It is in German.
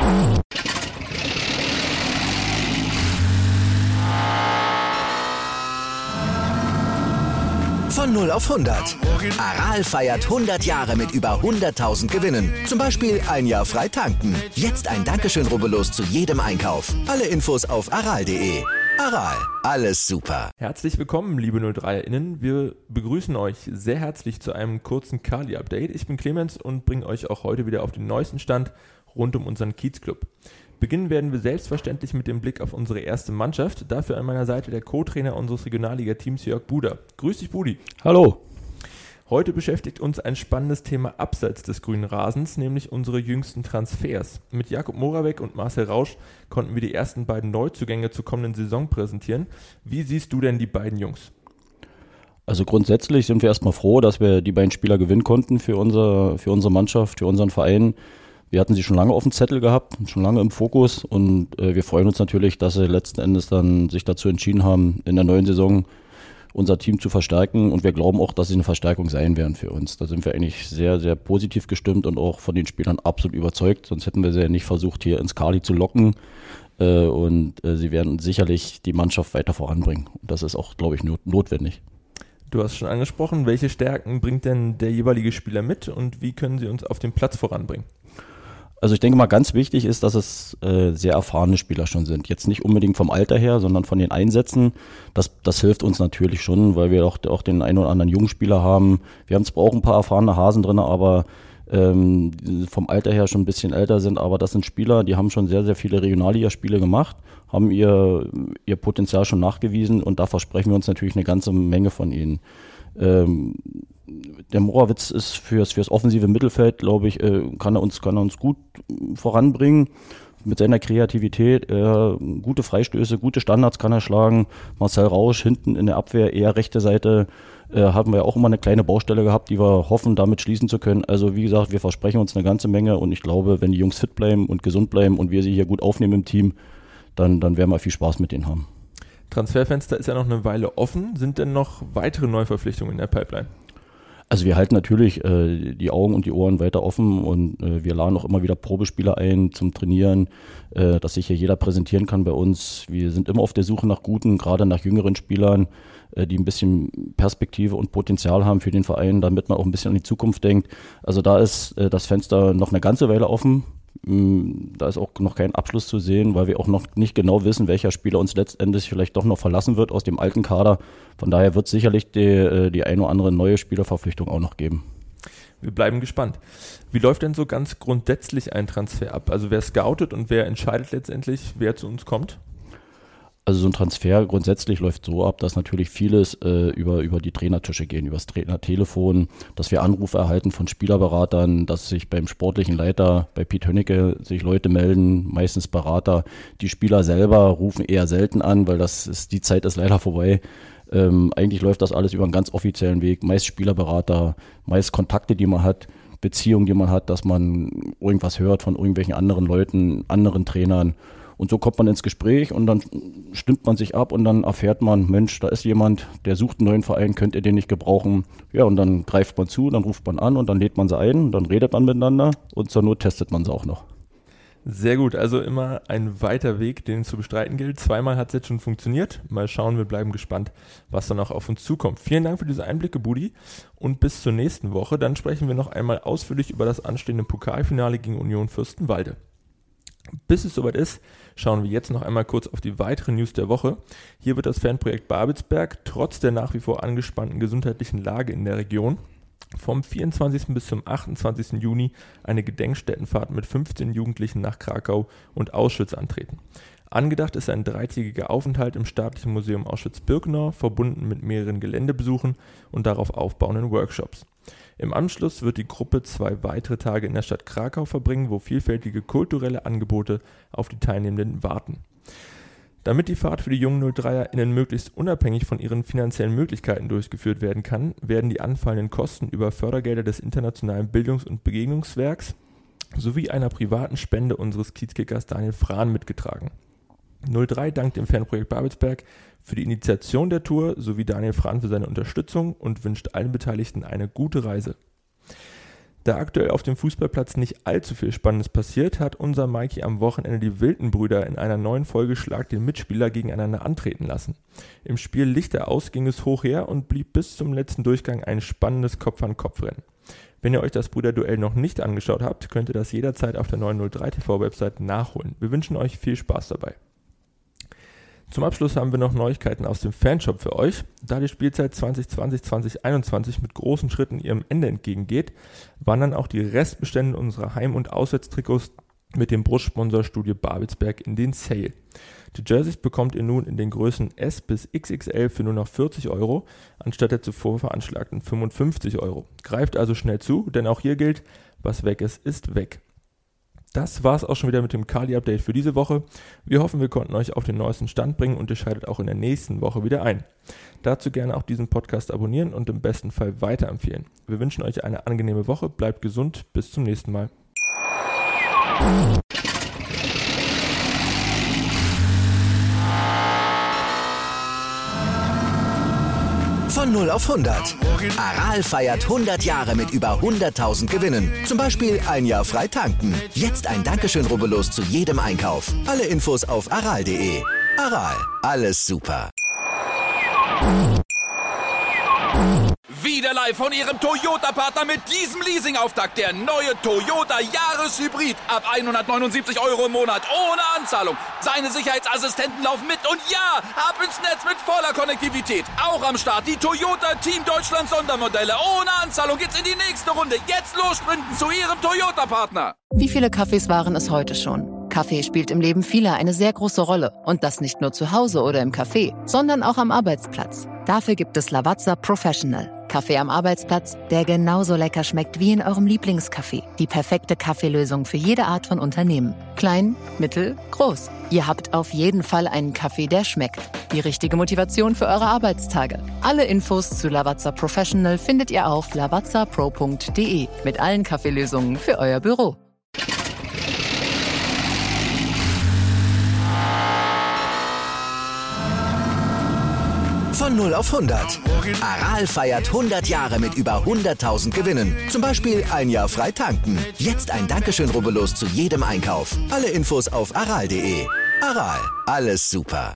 Von 0 auf 100. Aral feiert 100 Jahre mit über 100.000 Gewinnen. Zum Beispiel ein Jahr frei tanken. Jetzt ein Dankeschön, rubbellos zu jedem Einkauf. Alle Infos auf aral.de. Aral, alles super. Herzlich willkommen, liebe 03erInnen. Wir begrüßen euch sehr herzlich zu einem kurzen Kali-Update. Ich bin Clemens und bringe euch auch heute wieder auf den neuesten Stand rund um unseren Kiezclub. Beginnen werden wir selbstverständlich mit dem Blick auf unsere erste Mannschaft. Dafür an meiner Seite der Co-Trainer unseres Regionalliga-Teams, Jörg Buder. Grüß dich, Budi. Hallo. Heute beschäftigt uns ein spannendes Thema abseits des grünen Rasens, nämlich unsere jüngsten Transfers. Mit Jakub Moravec und Marcel Rausch konnten wir die ersten beiden Neuzugänge zur kommenden Saison präsentieren. Wie siehst du denn die beiden Jungs? Also grundsätzlich sind wir erstmal froh, dass wir die beiden Spieler gewinnen konnten für unsere Mannschaft, für unseren Verein. Wir hatten sie schon lange auf dem Zettel gehabt, schon lange im Fokus und wir freuen uns natürlich, dass sie letzten Endes dann sich dazu entschieden haben, in der neuen Saison unser Team zu verstärken und wir glauben auch, dass sie eine Verstärkung sein werden für uns. Da sind wir eigentlich sehr, sehr positiv gestimmt und auch von den Spielern absolut überzeugt, sonst hätten wir sie ja nicht versucht, hier ins Kali zu locken und sie werden sicherlich die Mannschaft weiter voranbringen und das ist auch, glaube ich, notwendig. Du hast schon angesprochen, welche Stärken bringt denn der jeweilige Spieler mit und wie können sie uns auf dem Platz voranbringen? Also ich denke mal, ganz wichtig ist, dass es sehr erfahrene Spieler schon sind. Jetzt nicht unbedingt vom Alter her, sondern von den Einsätzen. Das hilft uns natürlich schon, weil wir auch den einen oder anderen jungen Spieler haben. Wir haben zwar auch ein paar erfahrene Hasen drin, aber vom Alter her schon ein bisschen älter sind. Aber das sind Spieler, die haben schon sehr, sehr viele Regionalligaspiele gemacht, haben ihr Potenzial schon nachgewiesen und da versprechen wir uns natürlich eine ganze Menge von ihnen. Der Morawitz ist fürs offensive Mittelfeld, glaube ich, kann er uns gut voranbringen. Mit seiner Kreativität, gute Freistöße, gute Standards kann er schlagen. Marcel Rausch hinten in der Abwehr, eher rechte Seite, haben wir auch immer eine kleine Baustelle gehabt, die wir hoffen, damit schließen zu können. Also wie gesagt, wir versprechen uns eine ganze Menge und ich glaube, wenn die Jungs fit bleiben und gesund bleiben und wir sie hier gut aufnehmen im Team, dann werden wir viel Spaß mit denen haben. Transferfenster ist ja noch eine Weile offen. Sind denn noch weitere Neuverpflichtungen in der Pipeline? Also wir halten natürlich die Augen und die Ohren weiter offen und wir laden auch immer wieder Probespieler ein zum Trainieren, dass sich hier jeder präsentieren kann bei uns. Wir sind immer auf der Suche nach guten, gerade nach jüngeren Spielern, die ein bisschen Perspektive und Potenzial haben für den Verein, damit man auch ein bisschen an die Zukunft denkt. Also da ist das Fenster noch eine ganze Weile offen. Da ist auch noch kein Abschluss zu sehen, weil wir auch noch nicht genau wissen, welcher Spieler uns letztendlich vielleicht doch noch verlassen wird aus dem alten Kader. Von daher wird es sicherlich die ein oder andere neue Spielerverpflichtung auch noch geben. Wir bleiben gespannt. Wie läuft denn so ganz grundsätzlich ein Transfer ab? Also wer scoutet und wer entscheidet letztendlich, wer zu uns kommt? Also so ein Transfer grundsätzlich läuft so ab, dass natürlich vieles über die Trainertische gehen, über das Trainertelefon, dass wir Anrufe erhalten von Spielerberatern, dass sich beim sportlichen Leiter, bei Piet Hönnecke, sich Leute melden, meistens Berater. Die Spieler selber rufen eher selten an, weil die Zeit ist leider vorbei. Eigentlich läuft das alles über einen ganz offiziellen Weg, meist Spielerberater, meist Kontakte, die man hat, Beziehungen, die man hat, dass man irgendwas hört von irgendwelchen anderen Leuten, anderen Trainern. Und so kommt man ins Gespräch und dann stimmt man sich ab und dann erfährt man, Mensch, da ist jemand, der sucht einen neuen Verein, könnt ihr den nicht gebrauchen? Ja, und dann greift man zu, dann ruft man an und dann lädt man sie ein, dann redet man miteinander und zur Not testet man sie auch noch. Sehr gut, also immer ein weiter Weg, den es zu bestreiten gilt. Zweimal hat es jetzt schon funktioniert. Mal schauen, wir bleiben gespannt, was dann auch auf uns zukommt. Vielen Dank für diese Einblicke, Budi, und bis zur nächsten Woche. Dann sprechen wir noch einmal ausführlich über das anstehende Pokalfinale gegen Union Fürstenwalde. Bis es soweit ist, schauen wir jetzt noch einmal kurz auf die weiteren News der Woche. Hier wird das Fanprojekt Babelsberg trotz der nach wie vor angespannten gesundheitlichen Lage in der Region vom 24. bis zum 28. Juni eine Gedenkstättenfahrt mit 15 Jugendlichen nach Krakau und Auschwitz antreten. Angedacht ist ein 3-tägiger Aufenthalt im Staatlichen Museum Auschwitz-Birkenau, verbunden mit mehreren Geländebesuchen und darauf aufbauenden Workshops. Im Anschluss wird die Gruppe 2 weitere Tage in der Stadt Krakau verbringen, wo vielfältige kulturelle Angebote auf die Teilnehmenden warten. Damit die Fahrt für die jungen 03erInnen möglichst unabhängig von ihren finanziellen Möglichkeiten durchgeführt werden kann, werden die anfallenden Kosten über Fördergelder des Internationalen Bildungs- und Begegnungswerks sowie einer privaten Spende unseres Kiezkickers Daniel Frahn mitgetragen. 03 dankt dem Fanprojekt Babelsberg für die Initiation der Tour sowie Daniel Frahn für seine Unterstützung und wünscht allen Beteiligten eine gute Reise. Da aktuell auf dem Fußballplatz nicht allzu viel Spannendes passiert, hat unser Mikey am Wochenende die Wilden-Brüder in einer neuen Folge Schlag den Mitspieler gegeneinander antreten lassen. Im Spiel Lichter aus ging es hoch her und blieb bis zum letzten Durchgang ein spannendes Kopf-an-Kopf-Rennen. Wenn ihr euch das Brüderduell noch nicht angeschaut habt, könnt ihr das jederzeit auf der 903 TV-Website nachholen. Wir wünschen euch viel Spaß dabei. Zum Abschluss haben wir noch Neuigkeiten aus dem Fanshop für euch. Da die Spielzeit 2020-2021 mit großen Schritten ihrem Ende entgegengeht, wandern auch die Restbestände unserer Heim- und Auswärtstrikots mit dem Brustsponsor Studio Babelsberg in den Sale. Die Jerseys bekommt ihr nun in den Größen S bis XXL für nur noch 40 €, anstatt der zuvor veranschlagten 55 €. Greift also schnell zu, denn auch hier gilt, was weg ist weg. Das war's auch schon wieder mit dem Kali-Update für diese Woche. Wir hoffen, wir konnten euch auf den neuesten Stand bringen und ihr schaltet auch in der nächsten Woche wieder ein. Dazu gerne auch diesen Podcast abonnieren und im besten Fall weiterempfehlen. Wir wünschen euch eine angenehme Woche, bleibt gesund, bis zum nächsten Mal. Von 0 auf 100. Aral feiert 100 Jahre mit über 100.000 Gewinnen. Zum Beispiel ein Jahr frei tanken. Jetzt ein Dankeschön, rubbellos zu jedem Einkauf. Alle Infos auf aral.de. Aral, alles super. Wieder live von Ihrem Toyota-Partner mit diesem Leasing-Auftakt. Der neue Toyota Jahreshybrid. Ab 179 € im Monat. Ohne Anzahlung. Seine Sicherheitsassistenten laufen mit. Und ja, ab ins Netz mit voller Konnektivität. Auch am Start die Toyota Team Deutschland Sondermodelle. Ohne Anzahlung geht's in die nächste Runde. Jetzt los sprinten zu Ihrem Toyota-Partner. Wie viele Kaffees waren es heute schon? Kaffee spielt im Leben vieler eine sehr große Rolle. Und das nicht nur zu Hause oder im Café, sondern auch am Arbeitsplatz. Dafür gibt es Lavazza Professional. Kaffee am Arbeitsplatz, der genauso lecker schmeckt wie in eurem Lieblingscafé. Die perfekte Kaffeelösung für jede Art von Unternehmen. Klein, mittel, groß. Ihr habt auf jeden Fall einen Kaffee, der schmeckt. Die richtige Motivation für eure Arbeitstage. Alle Infos zu Lavazza Professional findet ihr auf lavazzapro.de mit allen Kaffeelösungen für euer Büro. Von 0 auf 100. Aral feiert 100 Jahre mit über 100.000 Gewinnen. Zum Beispiel ein Jahr frei tanken. Jetzt ein Dankeschön, rubbellos zu jedem Einkauf. Alle Infos auf aral.de. Aral, alles super.